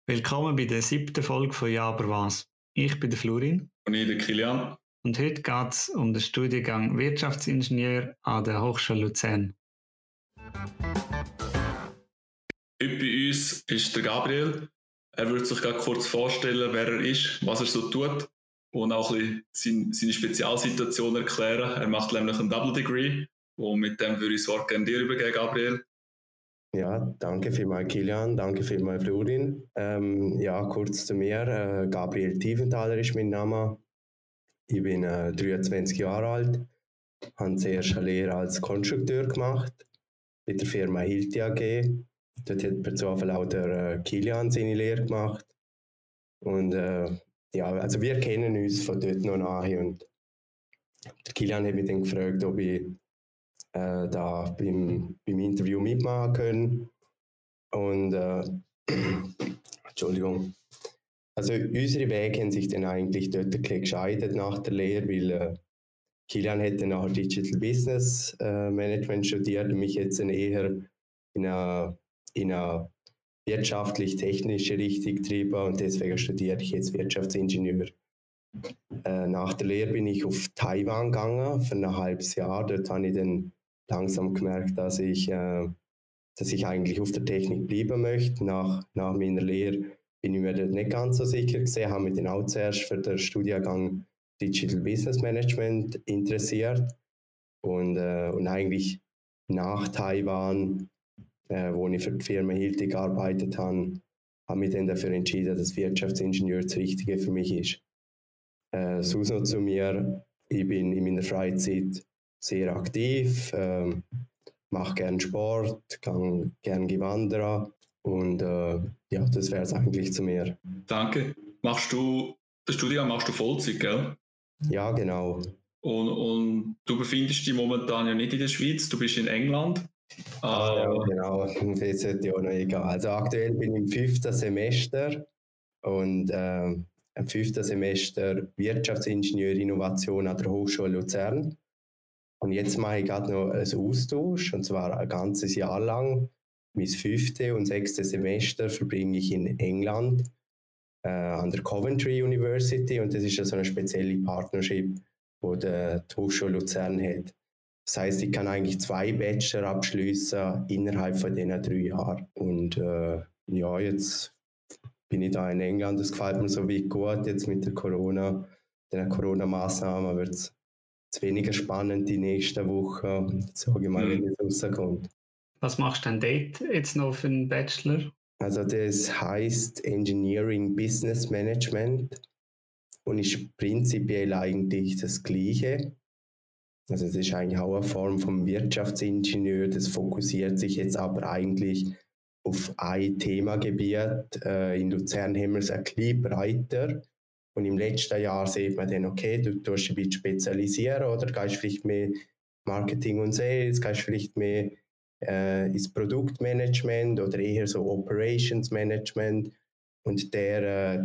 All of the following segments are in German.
Willkommen bei der 7. Folge von «Ja, aber was?». Ich bin der Florin Und ich, der Kilian. und heute geht es um den Studiengang Wirtschaftsingenieur an der Hochschule Luzern. Heute bei uns ist der Gabriel. Er würde sich gerade kurz vorstellen, wer er ist, was er so tut und auch ein bisschen seine Spezialsituation erklären. Er macht nämlich ein Double Degree und mit dem würde ich das Wort gerne dir übergeben, Gabriel. Ja, danke vielmals Kilian, danke vielmals Florin. Kurz zu mir. Gabriel Tiefenthaler ist mein Name. Ich bin 23 Jahre alt, habe zuerst eine Lehre als Konstrukteur gemacht bei der Firma Hilti AG. Dort hat per Zufall auch der Kilian seine Lehre gemacht. Und also wir kennen uns von dort noch nachher. Und der Kilian hat mich dann gefragt, ob ich da beim Interview mitmachen können. Und Entschuldigung. Also unsere Wege haben sich dann eigentlich dort ein bisschen gescheitert nach der Lehre, weil Kilian hat dann nachher Digital Business Management studiert und mich jetzt dann eher in eine wirtschaftlich-technische Richtung getrieben und deswegen studiere ich jetzt Wirtschaftsingenieur. Nach der Lehre bin ich auf Taiwan gegangen für ein halbes Jahr. Dort habe ich dann langsam gemerkt, dass ich eigentlich auf der Technik bleiben möchte. Nach meiner Lehre bin ich mir dort nicht ganz so sicher gewesen, habe mich dann auch zuerst für den Studiengang Digital Business Management interessiert und eigentlich nach Taiwan, wo ich für die Firma Hilti gearbeitet habe, habe ich dann dafür entschieden, dass Wirtschaftsingenieur das Richtige für mich ist. Sonst noch zu mir, ich bin in meiner Freizeit sehr aktiv, mache gerne Sport, gehe gerne wandern und das wäre es eigentlich zu mir. Danke. Den Studiengang machst du Vollzeit, gell? Ja, genau. Und du befindest dich momentan ja nicht in der Schweiz, du bist in England. Ja, genau, das sollte ja auch noch egal. Also aktuell bin ich im 5. Semester und im 5. Semester Wirtschaftsingenieur Innovation an der Hochschule Luzern. Und jetzt mache ich gerade noch einen Austausch, und zwar ein ganzes Jahr lang. Mein 5. und 6. Semester verbringe ich in England an der Coventry University und das ist ja so eine spezielle Partnership, die die Hochschule Luzern hat. Das heisst, ich kann eigentlich 2 Bachelor abschließen innerhalb von diesen 3 Jahren. Und jetzt bin ich da in England, das gefällt mir so wie gut. Jetzt mit den Corona-Massnahmen wird es weniger spannend die nächsten Wochen. Jetzt sage ich mal, wenn es rauskommt. Was machst du denn dort jetzt noch für einen Bachelor? Also das heisst Engineering Business Management und ist prinzipiell eigentlich das Gleiche. Also das ist eigentlich auch eine Form vom Wirtschaftsingenieur, das fokussiert sich jetzt aber eigentlich auf ein Themagebiet. In Luzern haben wir es ein bisschen breiter und im letzten Jahr sieht man dann, okay, du tust ein bisschen spezialisieren oder gehst vielleicht mehr Marketing und Sales, gehst vielleicht mehr ins Produktmanagement oder eher so Operations Management und der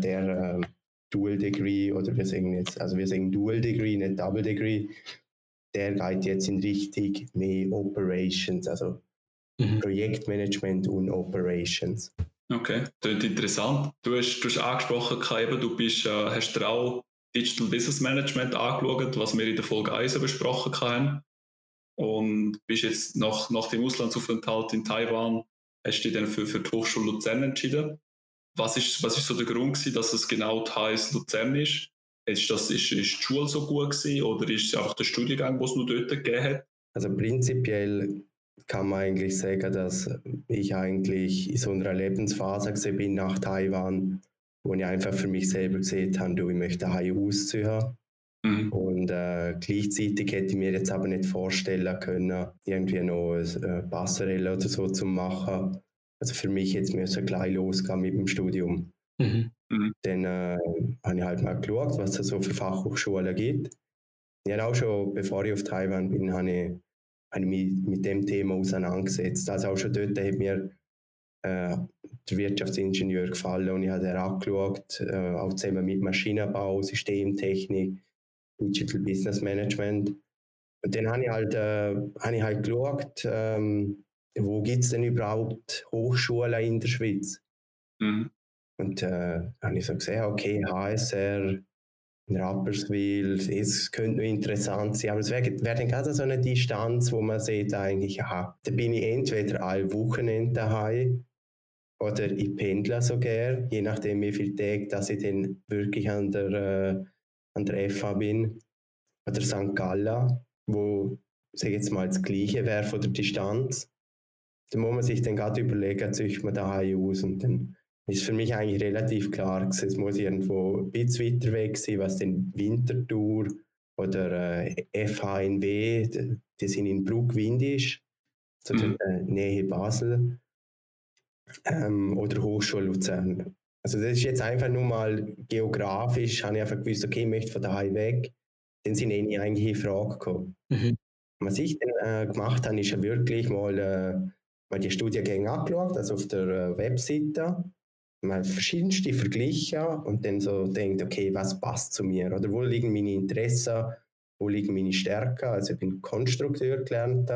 Dual Degree oder wir sagen Dual Degree, nicht Double Degree, der geht jetzt in Richtung mehr Operations, also Projektmanagement und Operations. Okay, das ist interessant. Du hast angesprochen, eben, hast dir auch Digital Business Management angeschaut, was wir in der Folge 1 besprochen haben. Und bist jetzt nach dem Auslandsaufenthalt in Taiwan, hast du dich dann für die Hochschule Luzern entschieden. Was ist so der Grund gewesen, dass es genau die HS Luzern ist? Ist die Schule so gut gewesen oder ist es einfach der Studiengang, den es nur dort gegeben hat? Also prinzipiell kann man eigentlich sagen, dass ich eigentlich in so einer Lebensphase gesehen bin nach Taiwan, wo ich einfach für mich selber gesehen habe, ich möchte daheim ausziehen. Und gleichzeitig hätte ich mir jetzt aber nicht vorstellen können, irgendwie noch eine Passerelle oder so zu machen. Also für mich jetzt müssen gleich losgehen mit dem Studium. Dann habe ich halt mal geschaut, was es so für Fachhochschulen gibt. Ich habe auch schon, bevor ich auf Taiwan bin, habe ich mich mit dem Thema auseinandergesetzt. Also auch schon dort hat mir der Wirtschaftsingenieur gefallen und ich habe den angeschaut, auch zusammen mit Maschinenbau, Systemtechnik, Digital Business Management. Und dann habe ich halt geschaut, wo gibt es denn überhaupt Hochschulen in der Schweiz? Und habe ich so gesehen, okay, HSR, in Rapperswil, es könnte noch interessant sein, aber es wäre dann gerade so eine Distanz, wo man sieht eigentlich, aha, da bin ich entweder alle Wochenende daheim oder ich pendle sogar, je nachdem wie viele Tage, dass ich dann wirklich an der FH bin, oder St. Gallen, wo, sag ich jetzt mal, das Gleiche wäre von der Distanz. Da muss man sich dann gerade überlegen, zieht man daheim aus, und dann ist für mich eigentlich relativ klar, es muss irgendwo ein bisschen weiter weg sein, was den Winterthur oder FHNW, die sind in Bruck-Windisch, so in der Nähe Basel, oder Hochschule Luzern. Also das ist jetzt einfach nur mal geografisch, habe ich einfach gewusst, okay, ich möchte von daheim weg, dann sind eigentlich in Frage gekommen. Was ich dann gemacht habe, ist ja wirklich mal die Studiengänge angeschaut, also auf der Webseite, mal verschiedenste verglichen und dann so denkt, okay, was passt zu mir? Oder wo liegen meine Interessen, wo liegen meine Stärken? Also ich bin Konstrukteur gelernt,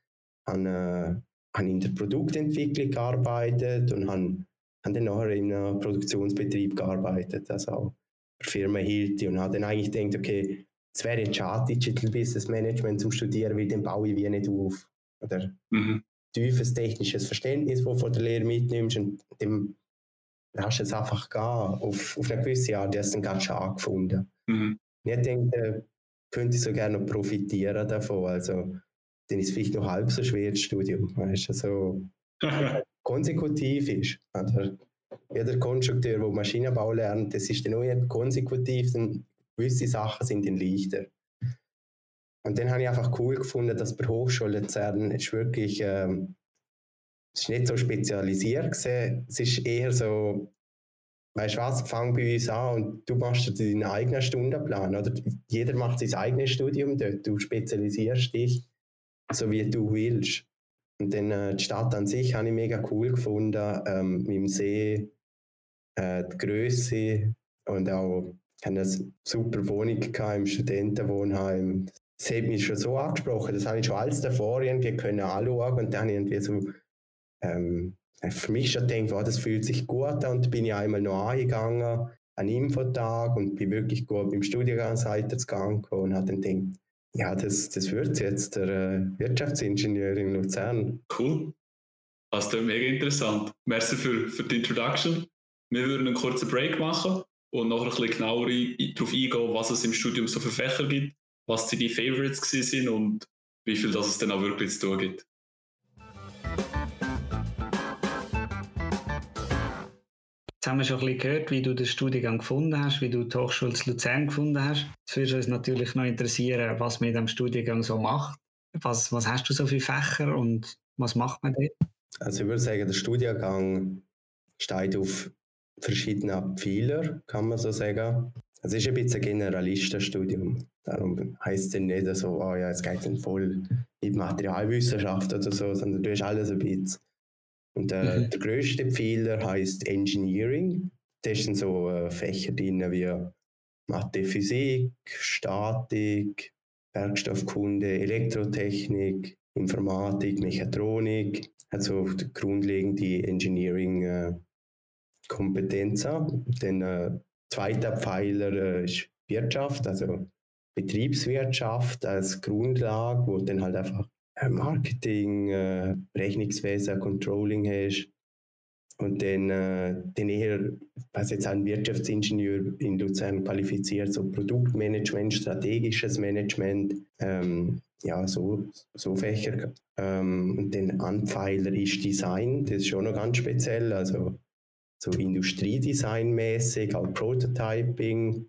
habe in der Produktentwicklung gearbeitet und habe dann nachher in einem Produktionsbetrieb gearbeitet, also auch für Firma Hilti, und habe dann eigentlich gedacht, okay, es wäre jetzt schade, Digital Business Management zum Studieren, weil dann baue ich wie nicht auf. Oder tiefes technisches Verständnis, das du von der Lehre mitnimmst, und dem hast du es einfach gehen, auf eine gewisse Art, die hast du dann gerade schon angefunden. Ich denke, könnte ich so gerne noch profitieren davon, also dann ist es vielleicht noch halb so schwer, das Studium, weißt du, so konsekutiv ist. Oder jeder Konstrukteur, der Maschinenbau lernt, das ist dann auch konsekutiv, dann gewisse Sachen sind dann leichter. Und dann habe ich einfach cool gefunden, dass bei Hochschule Luzern ist wirklich, es ist nicht so spezialisiert gewesen, es ist eher so, weißt du was, fang bei uns an und du machst dir deinen eigenen Stundenplan, oder jeder macht sein eigenes Studium dort, du spezialisierst dich, so wie du willst. Und dann die Stadt an sich habe ich mega cool gefunden, mit dem See, die Grösse, und auch ich hatte eine super Wohnung im Studentenwohnheim. Das hat mich schon so angesprochen, das habe ich schon alles davor irgendwie können anschauen, und dann habe ich irgendwie so für mich schon gedacht, oh, das fühlt sich gut an, und bin ich einmal noch angegangen an einen Infotag und bin wirklich gut beim Studiengang gegangen und habe dann gedacht, ja, das wird jetzt der Wirtschaftsingenieur in Luzern. Cool. Das ist mega interessant. Merci für die Introduction. Wir würden einen kurzen Break machen und noch ein bisschen genauer darauf eingehen, was es im Studium so für Fächer gibt, was die Favorites sind und wie viel das es dann auch wirklich zu tun gibt. Jetzt haben wir schon ein bisschen gehört, wie du den Studiengang gefunden hast, wie du die Hochschule zu Luzern gefunden hast. Jetzt würde uns natürlich noch interessieren, was man in diesem Studiengang so macht. Was hast du so für Fächer und was macht man dort? Also ich würde sagen, der Studiengang steht auf verschiedenen Pfeilern, kann man so sagen. Es ist ein bisschen ein Generalistenstudium. Darum heisst es dann nicht so, oh ja, es geht dann voll in die Materialwissenschaft oder so, sondern du hast alles ein bisschen. Und der grösste Pfeiler heisst Engineering. Da sind so Fächer drin wie Mathe, Physik, Statik, Werkstoffkunde, Elektrotechnik, Informatik, Mechatronik. Also grundlegende Engineering-Kompetenzen. Dann zweiter Pfeiler ist Wirtschaft, also Betriebswirtschaft als Grundlage, wo dann halt einfach Marketing, Rechnungswesen, Controlling hast. Und dann eher, was jetzt ein Wirtschaftsingenieur in Luzern qualifiziert, so Produktmanagement, strategisches Management, ja, so Fächer. Und dann Anpfeiler ist Design, das ist schon noch ganz speziell, also so Industriedesign-mäßig, auch Prototyping.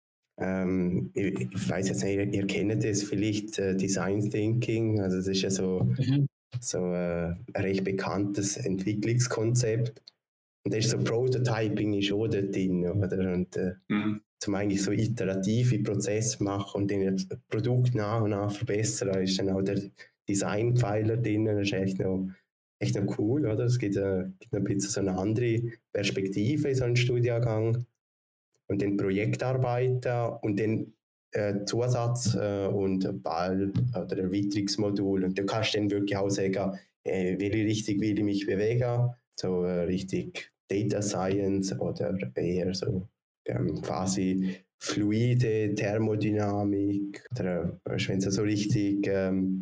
Ich weiß jetzt nicht, ihr kennt das vielleicht, Design Thinking, also das ist ja so ein recht bekanntes Entwicklungskonzept. Und das ist so Prototyping ist auch dort drin, oder? Und zum eigentlich so iterative Prozesse machen und dann das Produkt nach und nach verbessern, ist dann auch der Designpfeiler drin, das ist echt noch cool, oder? Es gibt ein bisschen so eine andere Perspektive in so einem Studiengang. Und dann Projektarbeiten und dann Zusatz und Ball oder Erweiterungsmodul. Und du kannst dann wirklich auch sagen, welche Richtung will ich mich bewegen. So richtig Data Science oder eher so quasi fluide Thermodynamik oder wenn es so richtig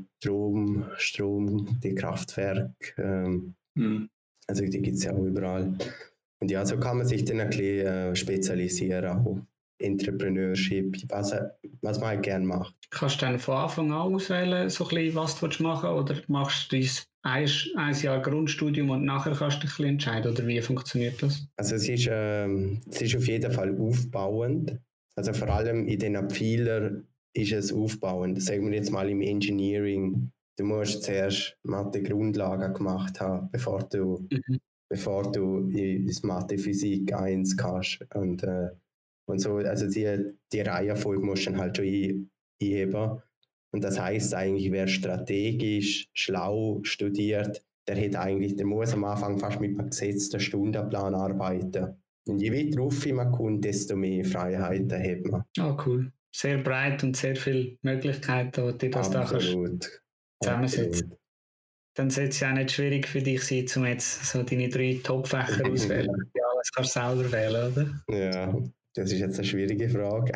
Strom, die Kraftwerke, also die gibt es ja auch überall. Und ja, so kann man sich dann ein bisschen spezialisieren, auch Entrepreneurship, was man halt gerne macht. Kannst du dann von Anfang an auswählen, so ein bisschen, was du machen willst, oder machst du ein Jahr Grundstudium und nachher kannst du dich ein bisschen entscheiden, oder wie funktioniert das? Also es ist auf jeden Fall aufbauend. Also vor allem in den Pfeilern ist es aufbauend. Sagen wir jetzt mal im Engineering, du musst zuerst Mathe-Grundlagen gemacht haben, bevor du ins Mathe Physik 1 kannst. Und so, also die Reihenfolge musst du dann halt schon einheben. Und das heisst eigentlich, wer strategisch schlau studiert, der muss am Anfang fast mit einem gesetzten Stundenplan arbeiten. Und je weiter rauf man kommt, desto mehr Freiheiten hat man. Ah, cool. Sehr breit und sehr viele Möglichkeiten, wo du das da kannst zusammensetzen. Dann sollte es ja auch nicht schwierig für dich sein, um jetzt so deine 3 Top-Fächer auswählen. Ja, das kannst du selber wählen, oder? Ja, das ist jetzt eine schwierige Frage.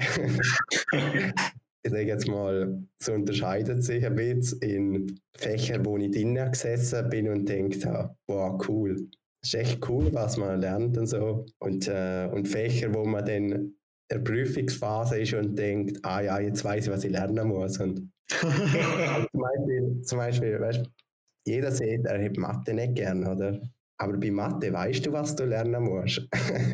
Ich sage jetzt mal, es unterscheidet sich ein bisschen in Fächern, wo ich drinnen gesessen bin und gedacht habe, wow, cool. Das ist echt cool, was man lernt und so. Und Fächer, wo man dann in der Prüfungsphase ist und denkt, ah ja, jetzt weiß ich, was ich lernen muss. Und zum Beispiel, weißt, jeder sieht, er hat Mathe nicht gern, oder? Aber bei Mathe weißt du, was du lernen musst.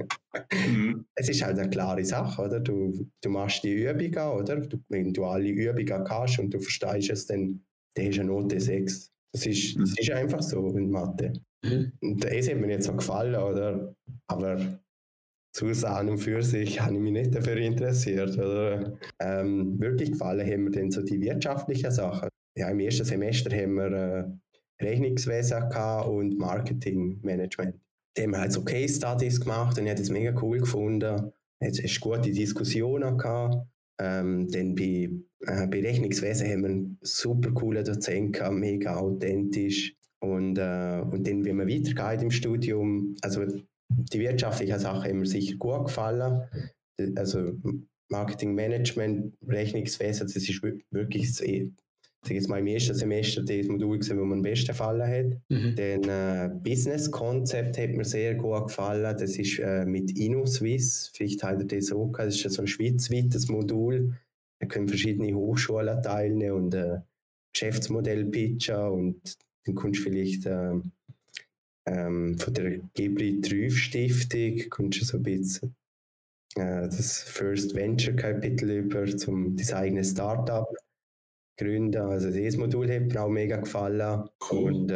Es ist halt eine klare Sache, oder? Du machst die Übungen, oder? Wenn du alle Übungen kannst und du verstehst es, dann hast du eine Note 6. Das ist einfach so in Mathe. Und das hat mir jetzt so gefallen, oder? Aber an und für sich habe ich mich nicht dafür interessiert, oder? Wirklich gefallen haben mir dann so die wirtschaftlichen Sachen. Ja, im ersten Semester haben wir Rechnungswesen und Marketingmanagement. Da haben wir halt so Case Studies gemacht und ich habe das mega cool gefunden. Jetzt hast du gute Diskussionen gehabt. Dann bei Rechnungswesen haben wir einen super coolen Dozent gehabt, mega authentisch. Und dann, wie man weitergeht im Studium, also die wirtschaftlichen Sachen haben mir sicher gut gefallen. Also Marketingmanagement, Rechnungswesen, das ist wirklich sag jetzt mal im ersten Semester das Modul gesehen, das mir am besten gefallen hat. Dann Business Concept hat mir sehr gut gefallen. Das ist mit InnoSwiss, vielleicht habt ihr das auch gehabt. Das ist so ein schweizweites Modul. Da können verschiedene Hochschulen teilnehmen und Geschäftsmodell pitchen und dann kommst du vielleicht von der Gebri-Trüff-Stiftung kommst du so ein bisschen das First Venture Capital über zum das eigene Startup gründen. Also dieses Modul hat mir auch mega gefallen. Cool.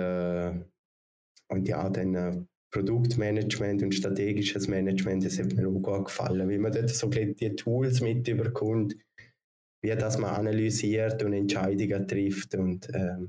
Und ja, dann Produktmanagement und strategisches Management, das hat mir auch gut gefallen. Wie man dort so die Tools mit überkommt, wie das man analysiert und Entscheidungen trifft. Und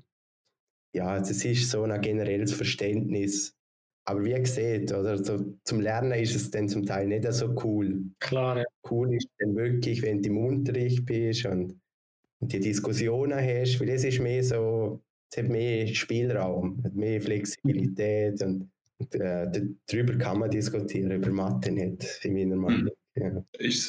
ja, das ist so ein generelles Verständnis. Aber wie gesagt, oder so, zum Lernen ist es dann zum Teil nicht so cool. Klar, ja. Cool ist dann wirklich, wenn du im Unterricht bist und die Diskussionen hast, weil es ist mehr so, es hat mehr Spielraum, hat mehr Flexibilität und darüber kann man diskutieren, über Mathe nicht, in meiner Meinung. Ja.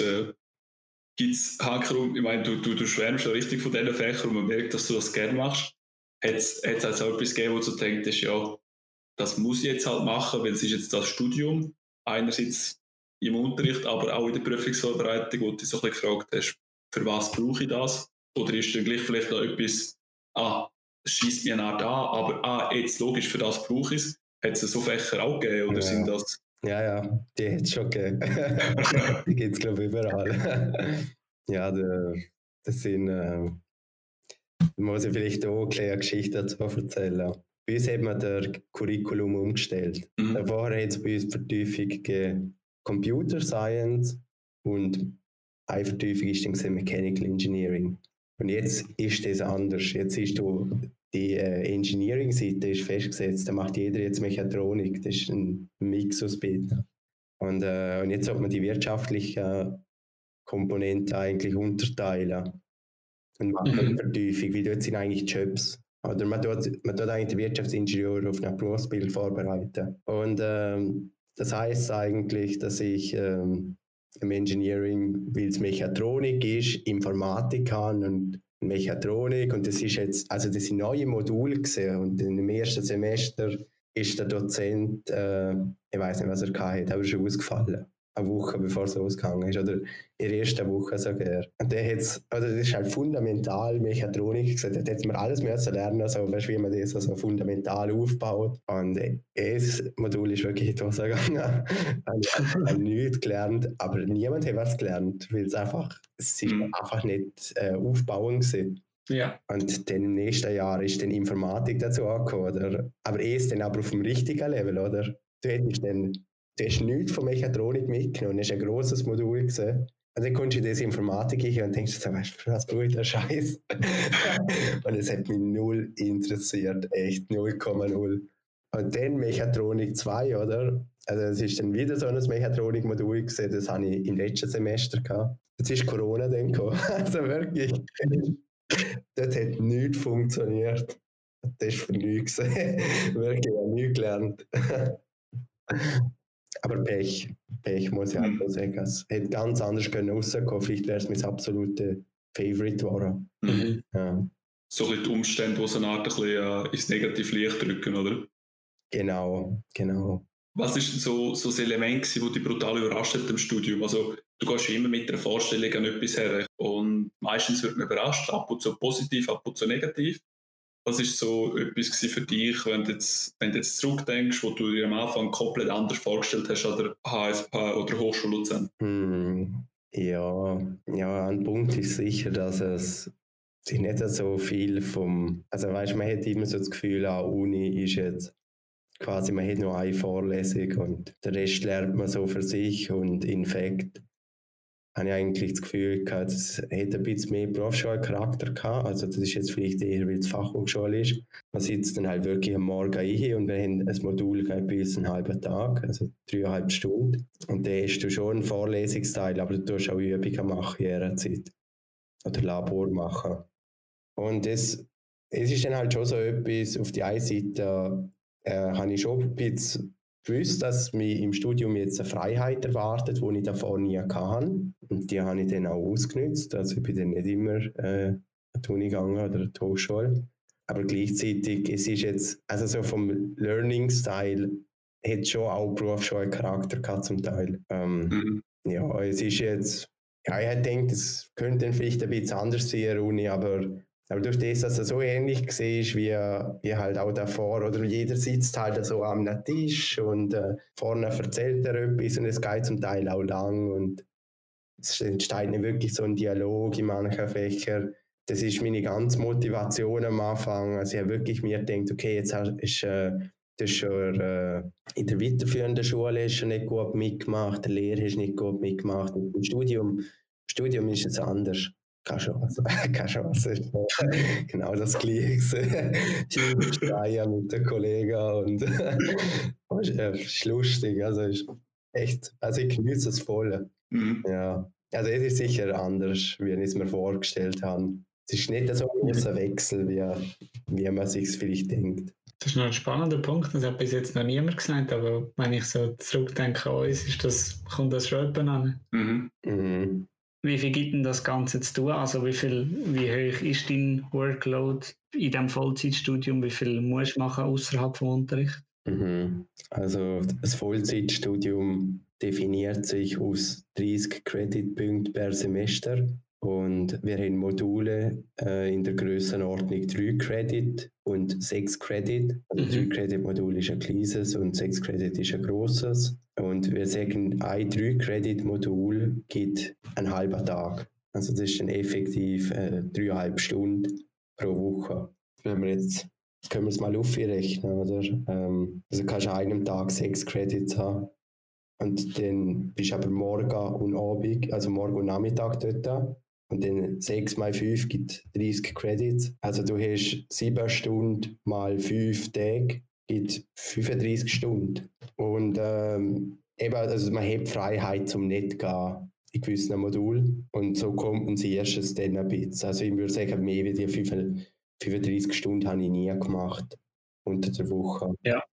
Gibt es Hacker, ich meine, du schwärmst ja richtig von diesen Fächern und man merkt, dass du das gerne machst. Hat es also etwas gegeben, wo du denkst, ja, das muss ich jetzt halt machen, weil es ist jetzt das Studium, einerseits im Unterricht, aber auch in der Prüfungsvorbereitung, wo du dich so ein bisschen gefragt hast, für was brauche ich das? Oder ist dann gleich vielleicht auch etwas, es schießt mir nach da, aber jetzt logisch, für das brauche ich es. Hat es so Fächer auch gegeben, oder sind das... Ja, die hat es schon gegeben. Die gibt es, glaube ich, überall. Ja, das sind... da muss ich vielleicht auch eine Geschichte dazu erzählen. Bei uns hat man das Curriculum umgestellt. Vorher hat es bei uns Vertiefung gegeben Computer Science und eine Vertiefung ist dann Mechanical Engineering. Und jetzt ist das anders. Jetzt ist die Engineering-Seite ist festgesetzt, da macht jeder jetzt Mechatronik. Das ist ein Mix aus beiden. Und jetzt sollte man die wirtschaftliche Komponente eigentlich unterteilen. Und macht eine Vertiefung, wie dort sind eigentlich Jobs. Oder man tut eigentlich den Wirtschaftsingenieur auf ein Berufsbild vorbereiten. Und Das heißt eigentlich, dass ich im Engineering, weil es Mechatronik ist, Informatik habe und Mechatronik, und das ist jetzt, also das sind neue Module gesehen, und im ersten Semester ist der Dozent, ich weiß nicht, was er hatte, aber schon ausgefallen. Eine Woche bevor es losgegangen ist, oder in der ersten Woche sogar. Und der hat's, also das ist halt fundamental Mechatronik gesagt, da hätte man alles müssen lernen, also weißt, wie man das so fundamental aufbaut. Und das Modul ist wirklich in die Hose gegangen. Ich habe nichts gelernt, aber niemand hat was gelernt, weil es ist einfach nicht aufbauen gewesen. Ja. Und dann im nächsten Jahr ist dann Informatik dazu angekommen, oder? Aber erst dann aber auf dem richtigen Level, oder? Du hast nichts von Mechatronik mitgenommen, das war ein grosses Modul gesehen. Und dann kommst du in diese Informatik hin und denkst, weißt du, was braucht der Scheiß? Und es hat mich null interessiert, echt 0,0. Und dann Mechatronik 2, oder? Also es ist dann wieder so ein Mechatronik-Modul gesehen, das habe ich im letzten Semester gehabt. Jetzt ist Corona dann gekommen. Also wirklich, dort hat nichts funktioniert. Das ist für nichts gesehen. Wirklich, ich habe nichts gelernt. Aber Pech muss ich auch sagen. Es hätte ganz anders rauskommen. Vielleicht wäre es mein absolutes Favorite geworden. Ja. So ein bisschen die Umstände, die so eine Art ein bisschen ins negative Licht drücken, oder? Genau. Was ist denn so das Element, das dich brutal überrascht hat im Studium? Also, du gehst immer mit einer Vorstellung an etwas her und meistens wird man überrascht, ab und zu positiv, ab und zu negativ. Was war so etwas für dich, wenn du jetzt zurückdenkst, wo du dir am Anfang komplett anders vorgestellt hast an der HFP oder Hochschule Luzern? Ja, ein Punkt ist sicher, dass es sich nicht so viel also weißt, man hat immer so das Gefühl, Uni ist jetzt quasi, man hat nur eine Vorlesung und den Rest lernt man so für sich, und in fact habe ich eigentlich das Gefühl gehabt, es hätte ein bisschen mehr Berufsschulcharakter gehabt. Also das ist jetzt vielleicht eher, weil es Fachhochschule ist. Man sitzt dann halt wirklich am Morgen ein und wir haben ein Modul bei uns einen halben Tag, also 3,5 Stunden. Und dann hast du schon einen Vorlesungsteil, aber du tust auch Übungen machen in dieser Zeit. Oder Labor machen. Und es ist dann halt schon so etwas, auf die einen Seite habe ich schon ein bisschen gewusst, dass mich im Studium jetzt eine Freiheit erwartet, die ich davor nie hatte. Und die habe ich dann auch ausgenutzt. Also ich bin dann nicht immer an die Uni gegangen oder an die Hochschule. Aber gleichzeitig, es ist jetzt, also so vom Learning-Style, hat schon auch Berufsschulcharakter gehabt zum Teil. Ja, es ist jetzt, ja, ich hätte gedacht, es könnte dann vielleicht ein bisschen anders sein an der Uni, aber durch das, dass er so ähnlich war wie halt auch davor, oder jeder sitzt halt so am Tisch und vorne erzählt er etwas und es geht zum Teil auch lang und es entsteht nicht wirklich so ein Dialog in manchen Fächern. Das ist meine ganze Motivation am Anfang. Also ich habe wirklich mir gedacht, okay, jetzt ist das schon in der weiterführenden Schule hast du nicht gut mitgemacht, der Lehrer hast nicht gut mitgemacht. Und im Studium ist es anders. Keine Chance. Genau das Gleiche. Schreien mit den Kollegen und es ist lustig. Also ist echt, also ich genieße es voll. Ja. Also es ist sicher anders, wie ich es mir vorgestellt habe. Es ist nicht so ein großer Wechsel, wie man sich es vielleicht denkt. Das ist noch ein spannender Punkt, das hat bis jetzt noch niemand gesagt, aber wenn ich so zurückdenke an uns, kommt das schon jemand an. Wie viel gibt denn das Ganze zu tun? Also wie hoch ist dein Workload in diesem Vollzeitstudium? Wie viel musst du machen außerhalb vom Unterricht? Also das Vollzeitstudium definiert sich aus 30 Creditpunkten per Semester. Und wir haben Module in der Grössenordnung 3 Credit und 6 Credit. Also 3 Credit-Modul ist ein kleines und 6 Credit ist ein grosses. Und wir sagen, ein 3 Credit-Modul gibt einen halben Tag. Also das ist dann effektiv 3,5 Stunden pro Woche. Wenn wir jetzt, können wir es mal aufrechnen, oder? Also kannst du an einem Tag 6 Credits haben. Und dann bist du aber morgen und Abend, also morgen und Nachmittag dort. Und dann 6 mal 5 gibt 30 Credits. Also du hast 7 Stunden mal 5 Tage, gibt 35 Stunden. Und eben, also man hat Freiheit zum nicht gehen in gewissen Modulen. Und so kompensierst du es dann ein bisschen. Also ich würde sagen, mehr wie die 35 Stunden habe ich nie gemacht unter der Woche. Ja.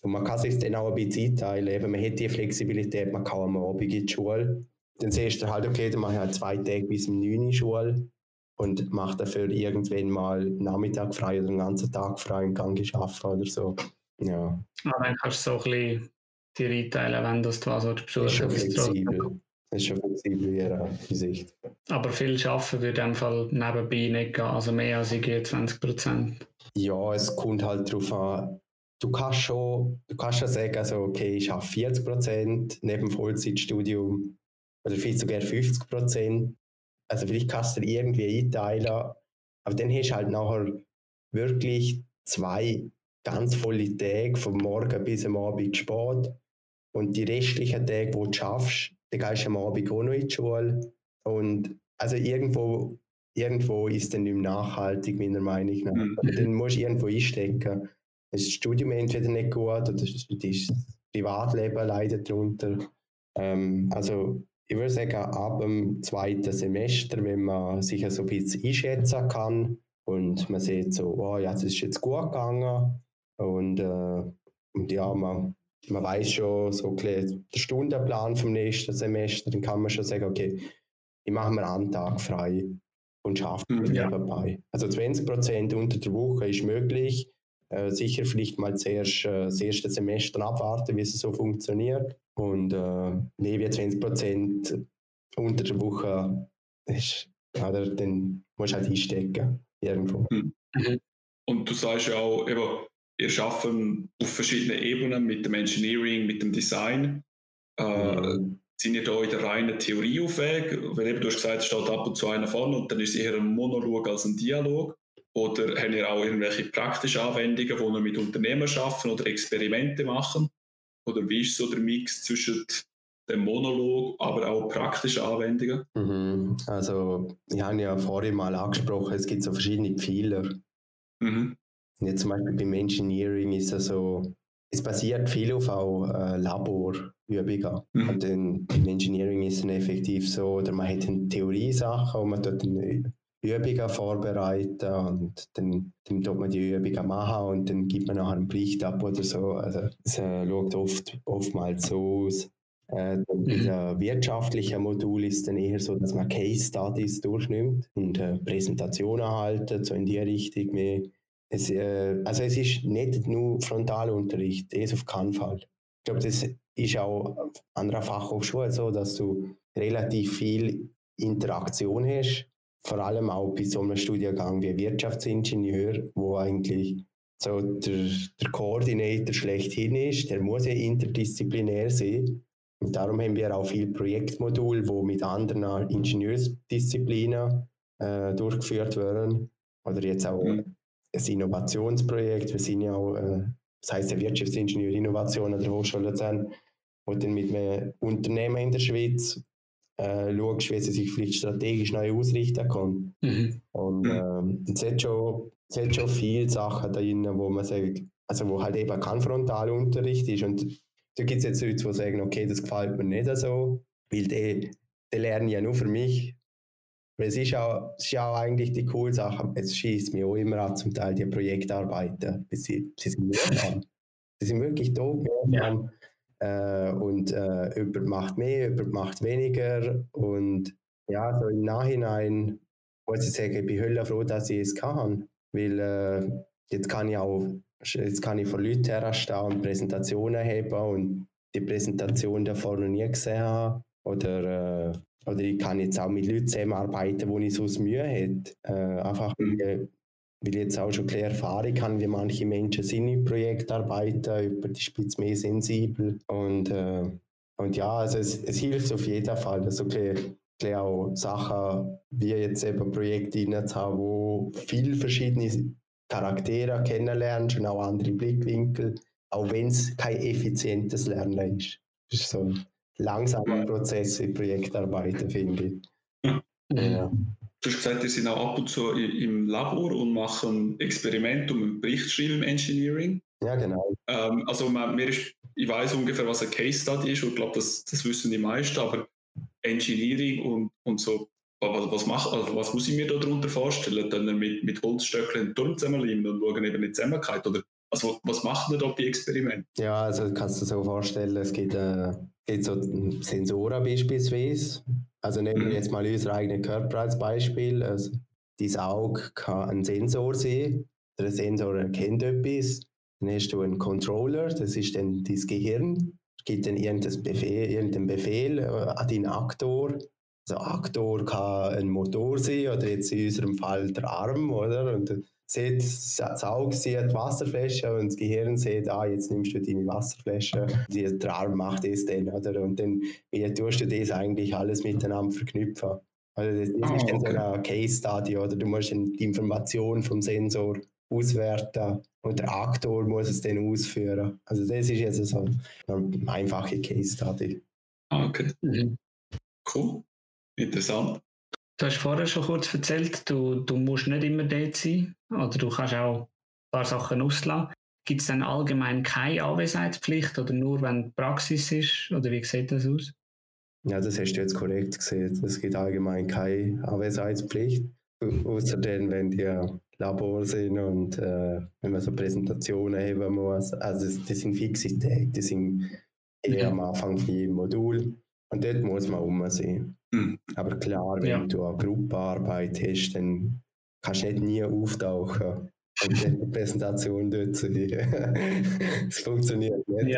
Und man kann sich dann auch ein bisschen einteilen. Eben, man hat die Flexibilität, man kann am Abend in die Schule. Dann siehst du halt, okay, dann mache ich halt 2 Tage bis um 9 Uhr Schule und mache dafür irgendwann mal Nachmittag frei oder den ganzen Tag frei und kann arbeiten oder so. Ja. Aber dann kannst du so ein bisschen dir einteilen, wenn du was Das ist schon flexibel. Das ist schon flexibel in ihrer Hinsicht. Aber viel arbeiten würde in dem Fall nebenbei nicht gehen, also mehr als 20%. Ja, es kommt halt darauf an. Du kannst schon sagen, also okay, ich arbeite 40% neben Vollzeitstudium oder vielleicht sogar 50%. Also vielleicht kannst du dir irgendwie einteilen, aber dann hast du halt nachher wirklich 2 ganz volle Tage, vom Morgen bis am Abend spät. Und die restlichen Tage, die du schaffst, dann gehst du am Abend auch noch in die Schule. Und also irgendwo ist dann nicht mehr nachhaltig, meiner Meinung nach. Aber dann musst du irgendwo einstecken. Das Studium entweder nicht gut oder das Privatleben leidet darunter. Also ich würde sagen, ab dem 2. Semester, wenn man sich so ein bisschen einschätzen kann und man sieht so, oh ja, das ist jetzt gut gegangen und ja, man weiß schon so ein bisschen den Stundenplan vom nächsten Semester, dann kann man schon sagen, okay, ich mache mir einen Tag frei und arbeite nebenbei. Also 20% unter der Woche ist möglich. Sicher vielleicht mal zuerst das erste Semester abwarten, wie es so funktioniert. Und mehr wie 20% unter der Woche ist, oder, dann musst du halt einstecken irgendwo. Und du sagst ja auch, eben, ihr arbeitet auf verschiedenen Ebenen mit dem Engineering, mit dem Design. Sind ihr da in der reinen Theorie auf Weg? Weil eben, du hast gesagt, es steht ab und zu einer vorne und dann ist es eher ein Monolog als ein Dialog. Oder habt ihr auch irgendwelche praktischen Anwendungen, wo ihr mit Unternehmen arbeiten oder Experimente machen? Oder wie ist so der Mix zwischen dem Monolog, aber auch praktischen Anwendungen? Also, ich habe ja vorhin mal angesprochen, es gibt so verschiedene Pfeiler. Jetzt zum Beispiel beim Engineering ist es so, es basiert viel auf auch Laborübungen. Und im Engineering ist es effektiv so, oder man hat eine Theoriesache und man tut Übungen vorbereiten und dann tut man die Übungen machen und dann gibt man nachher einen Bericht ab oder so. Also es schaut oftmals so aus. Dieser wirtschaftliche Modul ist dann eher so, dass man Case Studies durchnimmt und Präsentationen halten, so in die Richtung mehr. Also es ist nicht nur Frontalunterricht, das auf keinen Fall. Ich glaube, das ist auch an einer Fachhochschule so, dass du relativ viel Interaktion hast, vor allem auch bei so einem Studiengang wie Wirtschaftsingenieur, wo eigentlich so der Koordinator schlechthin ist, der muss ja interdisziplinär sein. Und darum haben wir auch viele Projektmodule, die mit anderen Ingenieursdisziplinen durchgeführt werden. Oder jetzt auch ein Innovationsprojekt. Wir sind ja auch, das heisst der Wirtschaftsingenieur Innovation an der Hochschule Luzern, wo dann mit einem Unternehmen in der Schweiz schaust, wie sie sich vielleicht strategisch neu ausrichten kann. Und es hat schon viele Sachen drin, wo man sagt, also wo halt eben kein Frontalunterricht ist. Und da gibt es jetzt Leute, die sagen, okay, das gefällt mir nicht so, weil die lernen ja nur für mich. Weil es ist ja auch eigentlich die coole Sache. Es schießt mir auch immer an, zum Teil die Projektarbeiten. Sie sind mühsam. Sie sind wirklich tot mühsam. Und jemand macht mehr, jemand macht weniger. Und ja, so im Nachhinein muss ich sagen, ich bin höllenfroh, dass ich es kann. Weil jetzt kann ich vor Leuten herstehen und Präsentationen haben und die Präsentation davor noch nie gesehen habe. Oder ich kann jetzt auch mit Leuten zusammenarbeiten, wo ich sonst Mühe hätte. Einfach weil ich jetzt auch schon ein bisschen Erfahrung habe, wie manche Menschen sind in Projektarbeiten, über die Spitze mehr sensibel. Und ja, also es hilft auf jeden Fall, also ein bisschen auch Sachen wie jetzt eben Projekte zu haben, wo viele verschiedene Charaktere kennenlernst und auch andere Blickwinkel, auch wenn es kein effizientes Lernen ist. Das ist so ein langsamer Prozess in Projektarbeiten, finde ich. Ja. Du hast gesagt, ihr seid auch ab und zu im Labor und machen Experimente und einen Bericht schreiben im Engineering. Ja, genau. Also ich weiß ungefähr, was ein Case Study ist und ich glaube, das wissen die meisten, aber Engineering und so, was muss ich mir da darunter vorstellen? Dann mit Holzstöcken einen Turm zusammenlegen und schauen eben die Zusammenhalt? Oder Also was machen ihr da bei Experimenten? Ja, also kannst du dir so vorstellen, es gibt so Sensoren beispielsweise. Also nehmen wir jetzt mal unseren eigenen Körper als Beispiel. Also dein Auge kann ein Sensor sein. Der Sensor erkennt etwas. Dann hast du einen Controller, das ist dann dein Gehirn. Es gibt dann irgendeinen Befehl an deinen Aktor. Also Aktor kann ein Motor sein oder jetzt in unserem Fall der Arm, oder? Und das Auge sieht die Wasserflasche und das Gehirn sieht, jetzt nimmst du deine Wasserflasche. Der Arm macht das dann, oder? Und dann, wie tust du das eigentlich alles miteinander verknüpfen? Also das ist dann so eine Case Study, oder? Du musst die Information vom Sensor auswerten und der Aktor muss es dann ausführen. Also das ist jetzt so eine einfache Case Study. Okay. Cool. Interessant. Du hast vorher schon kurz erzählt, du musst nicht immer dort sein oder du kannst auch ein paar Sachen auslassen. Gibt es dann allgemein keine Anwesenheitspflicht oder nur wenn Praxis ist? Oder wie sieht das aus? Ja, das hast du jetzt korrekt gesehen. Es gibt allgemein keine Anwesenheitspflicht. Außerdem, wenn die Labor sind und wenn man so Präsentationen haben muss. Also das sind fixe Tage, die sind eher am Anfang von jedem Modul. Und dort muss man rum sein. Aber klar, wenn du eine Gruppenarbeit hast, dann kannst du nicht nie auftauchen und dann die Präsentation dort sein. Das funktioniert nicht.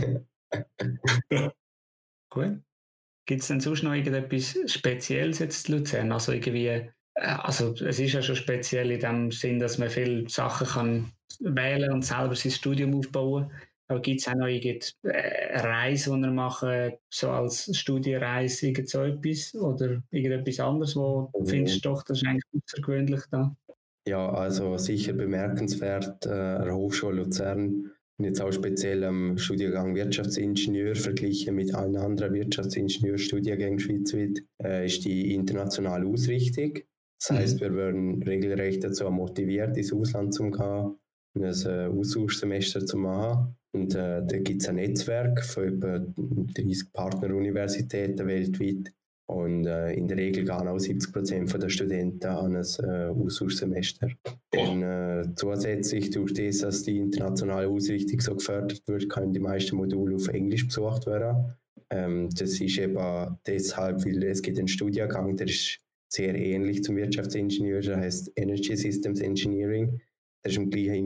Ja. Gut. Gibt es denn sonst noch irgendetwas Spezielles jetzt in Luzern? Also irgendwie, also es ist ja schon speziell in dem Sinn, dass man viele Sachen kann wählen und selber sein Studium aufbauen. Aber gibt es auch noch irgendeine Reise, die ihr macht, so als Studienreise, irgend so etwas? Oder irgendetwas anderes, wo du findest, doch, das ist eigentlich außergewöhnlich da? Ja, also sicher bemerkenswert an der Hochschule Luzern und jetzt auch speziell am Studiengang Wirtschaftsingenieur verglichen mit allen anderen Wirtschaftsingenieurstudiengängen schweizweit, ist die internationale Ausrichtung. Das heisst, wir werden regelrecht dazu motiviert, ins Ausland zu gehen, ein Austauschsemester zu machen. Und da gibt es ein Netzwerk von etwa 30 Partneruniversitäten weltweit. Und in der Regel gehen auch 70% der Studenten an ein Austauschsemester. Zusätzlich durch das, dass die internationale Ausrichtung so gefördert wird, können die meisten Module auf Englisch besucht werden. Das ist eben deshalb, weil es gibt einen Studiengang, der ist sehr ähnlich zum Wirtschaftsingenieur, der heißt Energy Systems Engineering. Der ist im gleichen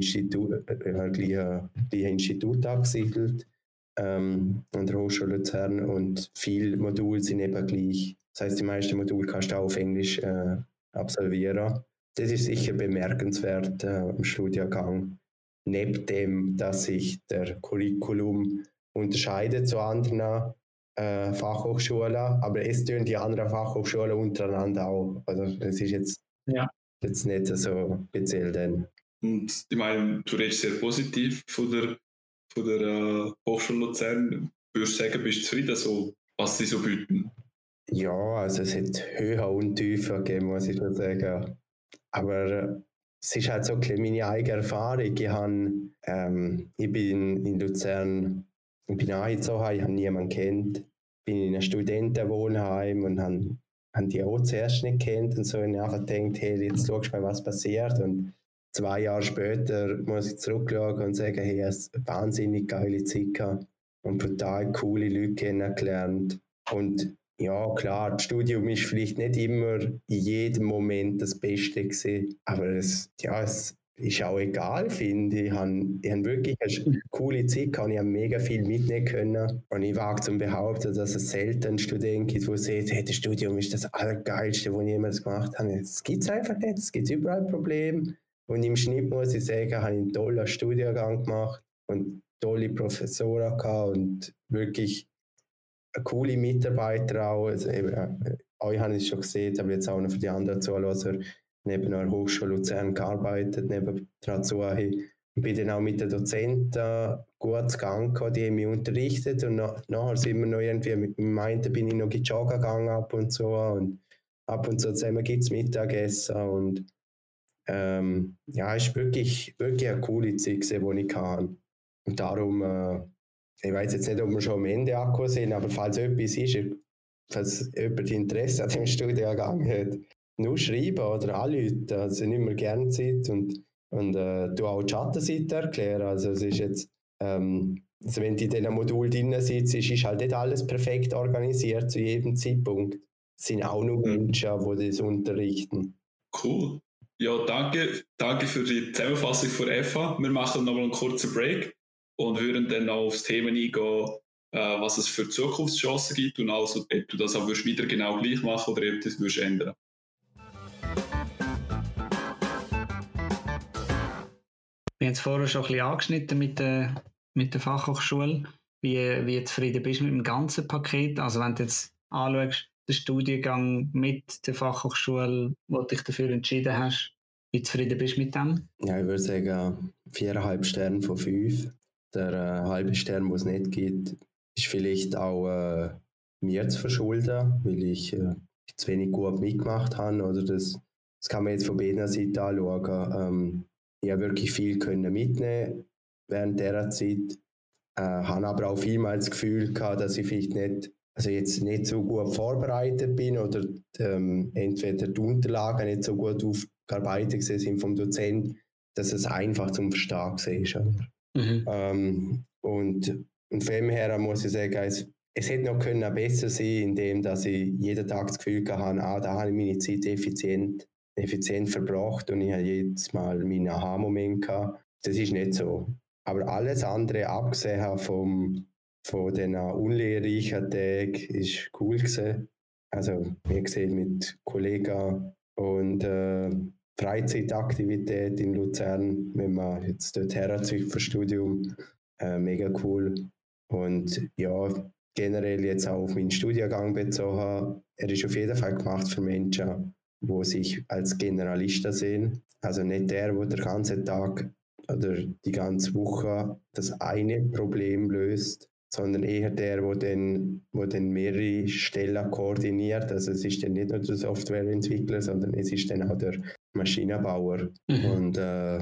Institut angesiedelt. An der Hochschule Luzern und viele Module sind eben gleich. Das heisst, die meisten Module kannst du auch auf Englisch absolvieren. Das ist sicher bemerkenswert im Studiengang. Neben dem, dass sich der Curriculum unterscheidet zu anderen Fachhochschulen, aber es tun die anderen Fachhochschulen untereinander auch. Also es ist jetzt nicht so speziell denn. Und ich meine, du redest sehr positiv von der Hochschule Luzern. Würdest du sagen, bist du zufrieden, so, was sie so bieten? Ja, also es hat Höhen und Tiefen gegeben, muss ich schon sagen. Aber es ist halt so ein bisschen meine eigene Erfahrung. Ich bin in Luzern, ich bin eingezogen, ich habe niemanden kennt. Bin in einem Studentenwohnheim und habe die auch zuerst nicht kennt und so. Und ich einfach gedacht, hey, jetzt schaust du mal, was passiert. Und 2 Jahre später muss ich zurückschauen und sagen, hey, ich habe eine wahnsinnig geile Zeit gehabt und brutal coole Leute kennengelernt. Und ja, klar, das Studium ist vielleicht nicht immer in jedem Moment das Beste gewesen, aber es ist auch egal, finde ich. Ich habe wirklich eine coole Zeit gehabt, ich habe mega viel mitnehmen können. Und ich wage zu behaupten, dass es selten einen Studenten gibt, der sagt, hey, das Studium ist das Allergeilste, was ich jemals gemacht habe. Das gibt es einfach nicht, es gibt überall Probleme. Und im Schnitt muss ich sagen, habe ich einen tollen Studiengang gemacht und tolle Professoren gehabt und wirklich coole Mitarbeiter auch. Also euch habe ich schon gesehen, aber jetzt auch noch für die anderen Zuhörer neben der Hochschule Luzern gearbeitet, neben dazu. Ich bin dann auch mit den Dozenten gut gegangen, die haben mich unterrichtet und nachher sind wir noch irgendwie, mit dem einen bin ich noch joggen gegangen ab und zu zusammen gibt es Mittagessen und es ist wirklich eine coole Zeit gewesen, die ich hatte. Und darum, ich weiß jetzt nicht, ob wir schon am Ende angekommen sind, aber falls etwas ist, falls jemand Interesse an dem Studiengang hat, nur schreiben oder anrufen, also nicht mehr gerne Zeit. Und und du auch die Schattenseite erklären. Also es ist jetzt, also wenn du in diesem Modul drin sitzt, ist halt nicht alles perfekt organisiert zu jedem Zeitpunkt. Es sind auch nur Menschen, die das unterrichten. Cool. Ja, danke für die Zusammenfassung von Eva. Wir machen nochmal einen kurzen Break und würden dann auch aufs Thema eingehen, was es für Zukunftschancen gibt und also, ob du das auch wieder genau gleich machen oder ob du das ändern. Wir haben es vorher schon ein bisschen angeschnitten mit der Fachhochschule. Wie zufrieden bist du mit dem ganzen Paket? Also wenn du jetzt anschaust, den Studiengang mit der Fachhochschule, wo du dich dafür entschieden hast, wie zufrieden bist du mit dem? Ja, ich würde sagen 4,5 Sterne von 5. Der halbe Stern, den es nicht gibt, ist vielleicht auch mir zu verschulden, weil ich zu wenig gut mitgemacht habe. Oder das kann man jetzt von beiden Seiten anschauen. Ich habe wirklich viel mitnehmen während dieser Zeit. Habe aber auch vielmals das Gefühl gehabt, dass ich vielleicht jetzt nicht so gut vorbereitet bin oder entweder die Unterlagen nicht so gut aufgearbeitet sind vom Dozent, dass es einfach zum Verstehen ist. Und von dem her muss ich sagen, es hätte noch besser sein können, indem dass ich jeden Tag das Gefühl hatte, da habe ich meine Zeit effizient verbracht und ich habe jedes Mal meinen Aha-Moment gehabt. Das ist nicht so. Aber alles andere, abgesehen von den unlehrreichen Tagen, ist cool gewesen. Also, wie gesagt, mit Kollegen und Freizeitaktivität in Luzern, wenn man jetzt dort herzieht für das Studium, mega cool. Und ja, generell jetzt auch auf meinen Studiengang bezogen, er ist auf jeden Fall gemacht für Menschen, die sich als Generalisten sehen. Also nicht der den ganzen Tag oder die ganze Woche das eine Problem löst, sondern eher der dann mehrere Stellen koordiniert. Also es ist dann nicht nur der Softwareentwickler, sondern es ist dann auch der Maschinenbauer. Und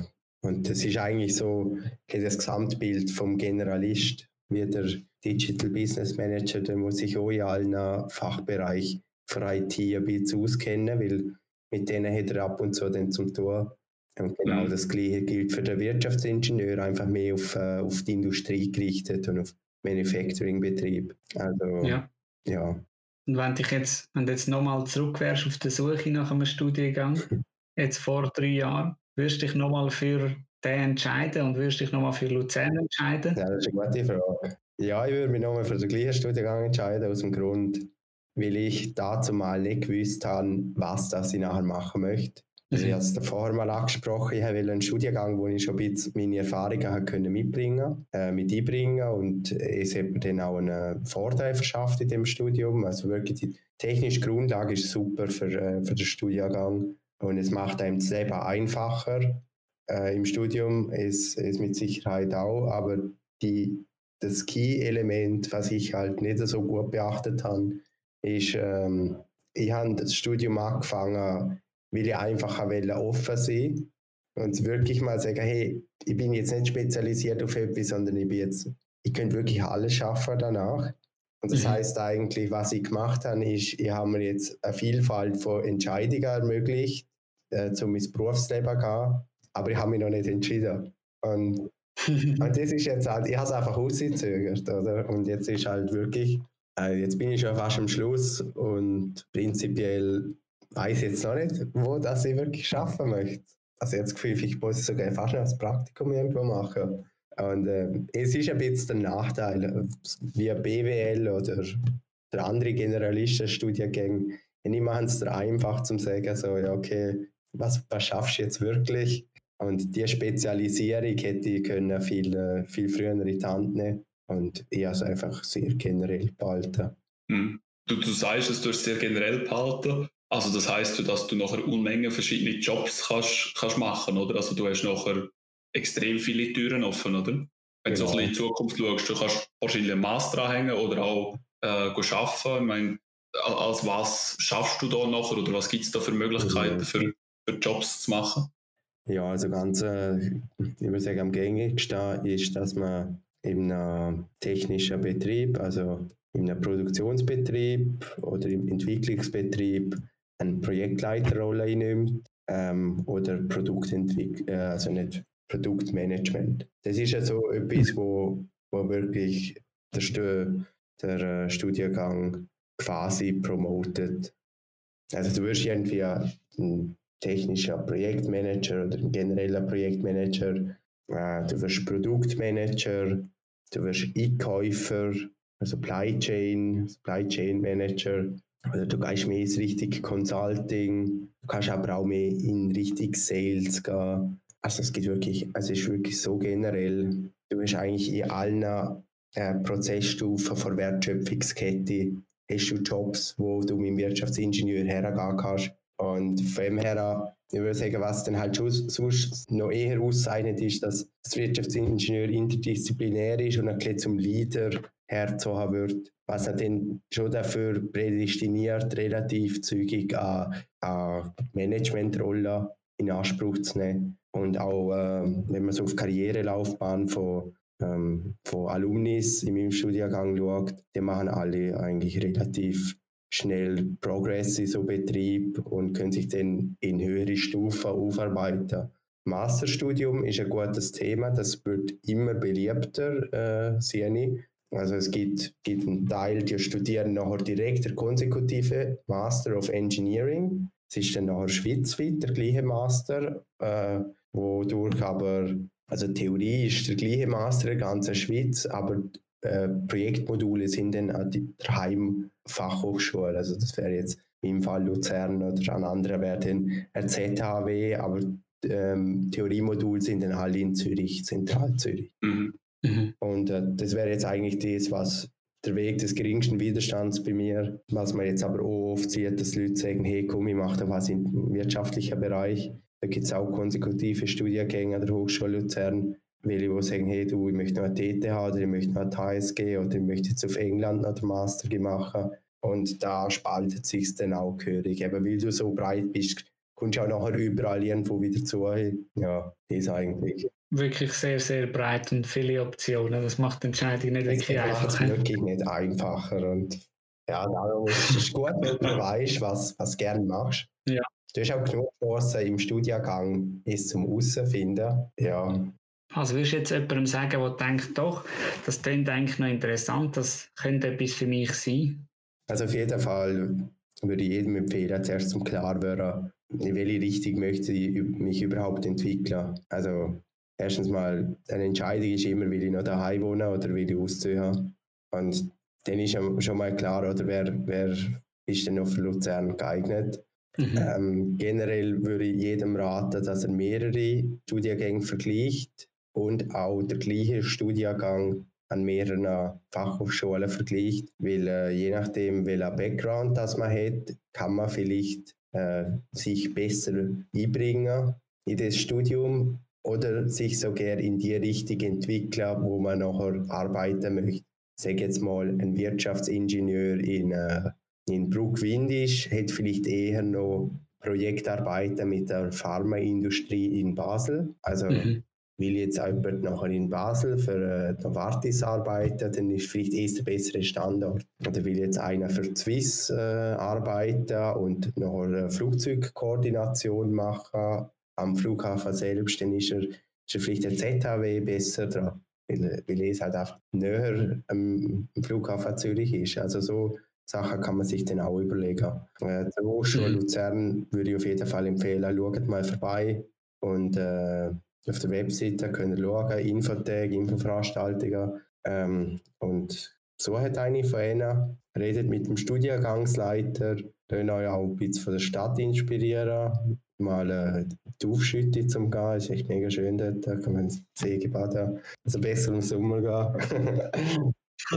das ist eigentlich so das Gesamtbild vom Generalist, wie der Digital Business Manager, der muss sich auch in allen Fachbereichen für IT ein bisschen auskennen, weil mit denen hat er ab und zu dann zum Tun. Und genau das Gleiche gilt für den Wirtschaftsingenieur, einfach mehr auf die Industrie gerichtet und auf Manufacturing-Betrieb. Also, ja. Und wenn du jetzt nochmal zurück wärst auf der Suche nach einem Studiengang, jetzt vor 3 Jahren, würdest du dich nochmal für den entscheiden und würdest dich nochmal für Luzern entscheiden? Ja, das ist eine gute Frage. Ja, ich würde mich nochmal für den gleichen Studiengang entscheiden, aus dem Grund, weil ich dazu mal nicht gewusst habe, was das ich nachher machen möchte. Also ich habe es vorher mal angesprochen, ich wollte einen Studiengang, wo ich schon ein bisschen meine Erfahrungen mit einbringen und es hat mir dann auch einen Vorteil verschafft in dem Studium. Also wirklich die technische Grundlage ist super für den Studiengang und es macht einem das Leben einfacher. Im Studium ist mit Sicherheit auch, aber das Key-Element, was ich halt nicht so gut beachtet habe, ist, ich habe das Studium angefangen, weil ich einfach offen sein und wirklich mal sagen, hey, ich bin jetzt nicht spezialisiert auf etwas, sondern ich könnte wirklich alles schaffen danach. Und das heisst eigentlich, was ich gemacht habe, ist, ich habe mir jetzt eine Vielfalt von Entscheidungen ermöglicht, um ins Berufsleben zu gehen, aber ich habe mich noch nicht entschieden. Und das ist jetzt halt, ich habe es einfach ausgezögert, oder? Und jetzt ist halt wirklich, jetzt bin ich schon fast am Schluss und prinzipiell weiß jetzt noch nicht, wo das ich wirklich schaffen möchte. Also jetzt Gefühl, ich muss sogar fast noch das Praktikum irgendwo machen. Und es ist ein bisschen der Nachteil, wie BWL oder andere Generalistenstudiengänge. Die machen es dir einfach zum sagen, so, ja, okay, was schaffst du jetzt wirklich? Und die Spezialisierung hätte ich können viel früher in die Hand nehmen. Und ich habe es einfach sehr generell behalten. Du sagst es, du hast es sehr generell behalten. Also das heisst, dass du nachher Unmengen verschiedene Jobs kannst machen, oder? Also du hast nachher extrem viele Türen offen, oder? Wenn du so ein bisschen in die Zukunft schaust, du kannst wahrscheinlich einen Master anhängen oder auch arbeiten. Ich meine, als was schaffst du da nachher oder was gibt es da für Möglichkeiten für Jobs zu machen? Ja, also ganz, ich würde sagen, am gängigsten ist, dass man in einem technischen Betrieb, also in einem Produktionsbetrieb oder im Entwicklungsbetrieb eine Projektleiterrolle einnimmt oder also nicht Produktmanagement. Das ist ja so etwas, wo wirklich der Studiengang quasi promotet. Also du wirst irgendwie ein technischer Projektmanager oder ein genereller Projektmanager, du wirst Produktmanager, du wirst Einkäufer, Supply Chain Manager, oder du gehst mehr in Richtung Consulting, du kannst aber auch mehr in Richtung Sales gehen. Also es ist wirklich so generell. Du hast eigentlich in allen Prozessstufen der Wertschöpfungskette hast du Jobs, wo du mit dem Wirtschaftsingenieur hergehen kannst. Und von dem her, ich würde sagen, was dann halt sonst noch eher auszeichnet, ist, dass das Wirtschaftsingenieur interdisziplinär ist und ein zum Leader hergezogen wird, was er dann schon dafür prädestiniert, relativ zügig eine Managementrolle in Anspruch zu nehmen. Und auch, wenn man so auf die Karrierelaufbahn von Alumnis in meinem Studiengang schaut, die machen alle eigentlich relativ schnell Progress in so Betrieb und können sich dann in höhere Stufen aufarbeiten. Masterstudium ist ein gutes Thema, das wird immer beliebter, sehe ich. Also es gibt einen Teil, die studieren nachher direkt der konsekutive Master of Engineering. Es ist dann nachher schweizweit der gleiche Master, wodurch aber, also Theorie ist der gleiche Master in der ganzen Schweiz, aber Projektmodule sind dann an der Heimfachhochschule. Also das wäre jetzt im Fall Luzern oder an anderen wäre dann eine ZHW, aber Theoriemodule sind dann alle in Zürich, Zentralzürich. Mhm. Und das wäre jetzt eigentlich das, was der Weg des geringsten Widerstands bei mir, was man jetzt aber auch oft sieht, dass Leute sagen, hey komm, ich mache da was im wirtschaftlichen Bereich. Da gibt es auch konsekutive Studiengänge an der Hochschule Luzern, weil die sagen, hey du, ich möchte noch eine TTH oder ich möchte noch eine HSG oder ich möchte jetzt auf England noch den Master machen. Und da spaltet es sich dann auch gehörig. Eben weil du so breit bist, kommst du auch nachher überall irgendwo wieder zu. Ja, das ist eigentlich. Wirklich sehr, sehr breit und viele Optionen. Das macht die Entscheidung nicht wirklich einfach. Das macht es wirklich nicht einfacher. Und ja, darum ist es gut, wenn du weißt, was du gerne machst. Ja. Du hast auch genug Chancen im Studiengang, es zum Herausfinden. Ja. Also würdest du jetzt jemandem sagen, der denkt, doch, das klingt eigentlich noch interessant, das könnte etwas für mich sein? Also auf jeden Fall würde ich jedem empfehlen, zuerst zum klar werden, in welche Richtung möchte ich mich überhaupt entwickeln. Also erstens mal, eine Entscheidung ist immer, will ich noch daheim wohnen oder will ich ausziehen. Und dann ist schon mal klar, oder wer ist denn noch für Luzern geeignet. Generell würde ich jedem raten, dass er mehrere Studiengänge vergleicht und auch der gleiche Studiengang an mehreren Fachhochschulen vergleicht, weil je nachdem, welcher Background das man hat, kann man vielleicht sich besser einbringen in das Studium oder sich sogar in die Richtung entwickeln, wo man nachher arbeiten möchte. Ich sage jetzt mal, ein Wirtschaftsingenieur in Bruck-Windisch hat vielleicht eher noch Projektarbeiten mit der Pharmaindustrie in Basel. Also will jetzt jemand nachher in Basel für Novartis arbeiten, dann ist vielleicht der bessere Standort. Oder will jetzt einer für Swiss arbeiten und nachher Flugzeugkoordination machen am Flughafen selbst, dann ist er vielleicht der ZHW besser dran, weil es halt einfach näher am Flughafen Zürich ist. Also so Sachen kann man sich dann auch überlegen. Zur Hochschule Luzern würde ich auf jeden Fall empfehlen, schaut mal vorbei und auf der Webseite könnt ihr schauen, Infotage, Infoveranstaltungen und sucht eine von ihnen, redet mit dem Studiengangsleiter, könnt euch auch ein bisschen von der Stadt inspirieren, mal die Aufschütte zum Gehen, ist echt mega schön dort, da kann man See baden, also besser im Sommer gehen.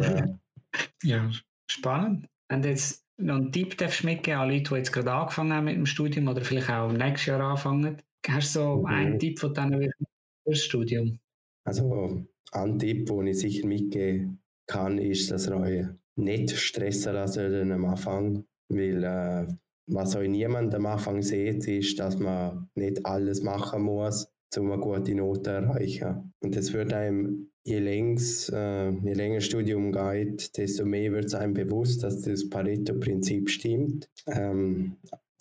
Ja, spannend. Wenn du jetzt noch einen Tipp mitgeben an Leute, die jetzt gerade angefangen haben mit dem Studium oder vielleicht auch im nächsten Jahr anfangen, hast du so einen Tipp von denen fürs Studium? Also ein Tipp, den ich sicher mitgeben kann, ist, dass ihr euch nicht stressen lassen am Anfang, weil was euch niemand am Anfang sieht, ist, dass man nicht alles machen muss, um eine gute Note zu erreichen. Und das wird einem, je länger das Studium geht, desto mehr wird es einem bewusst, dass das Pareto-Prinzip stimmt.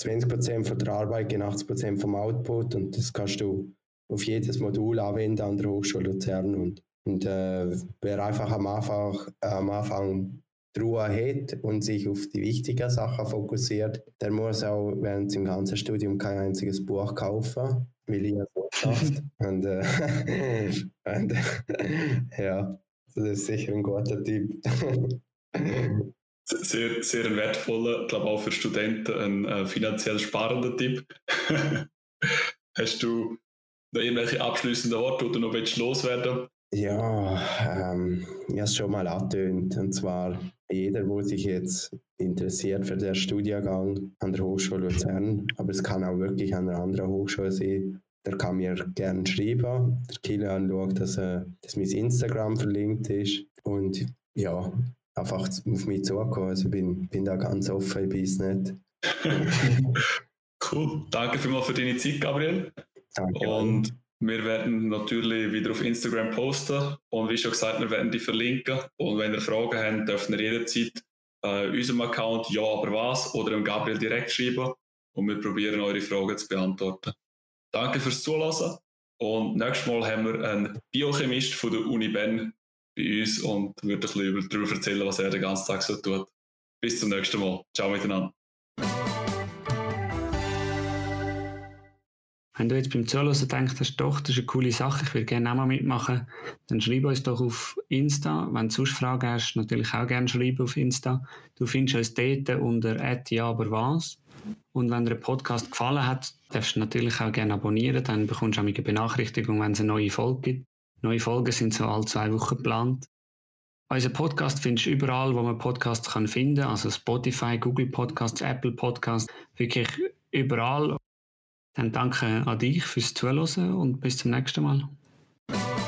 20% von der Arbeit gehen 80% vom Output und das kannst du auf jedes Modul anwenden an der Hochschule Luzern und wer einfach am Anfang die Ruhe hat und sich auf die wichtigen Sachen fokussiert, der muss auch während dem ganzen Studium kein einziges Buch kaufen, weil ich es geschafft und ja, das ist sicher ein guter Tipp. Sehr, sehr ein wertvoller, ich glaube auch für Studenten ein finanziell sparender Tipp. Hast du noch irgendwelche abschließenden Worte, die du noch loswerden willst? Ja, ich habe es schon mal angetönt. Und zwar, jeder, der sich jetzt interessiert für den Studiengang an der Hochschule Luzern, aber es kann auch wirklich an einer anderen Hochschule sein, der kann mir gerne schreiben. Der Kilian schaut, dass mein Instagram verlinkt ist. Und ja, einfach auf mich zukommen. Also ich bin da ganz offen, ich bin es nicht. Cool, danke vielmals für deine Zeit, Gabriel. Danke. Und wir werden natürlich wieder auf Instagram posten und wie schon gesagt, wir werden die verlinken und wenn ihr Fragen habt, dürft ihr jederzeit unserem Account «Ja, aber was» oder dem Gabriel direkt schreiben und wir probieren eure Fragen zu beantworten. Danke fürs Zuhören und nächstes Mal haben wir einen Biochemist von der Uni Bern bei uns und wird ein bisschen darüber erzählen, was er den ganzen Tag so tut. Bis zum nächsten Mal. Ciao miteinander. Wenn du jetzt beim Zuhören denkst, doch, das ist eine coole Sache, ich will gerne auch mal mitmachen, dann schreib uns doch auf Insta. Wenn du sonst Fragen hast, natürlich auch gerne schreiben auf Insta. Du findest uns dort unter @jaaberwas. Und wenn dir der Podcast gefallen hat, darfst du natürlich auch gerne abonnieren, dann bekommst du auch eine Benachrichtigung, wenn es eine neue Folge gibt. Neue Folgen sind so alle 2 Wochen geplant. Unseren Podcast findest du überall, wo man Podcasts finden kann, also Spotify, Google Podcasts, Apple Podcasts, wirklich überall. Dann danke an dich fürs Zuhören und bis zum nächsten Mal.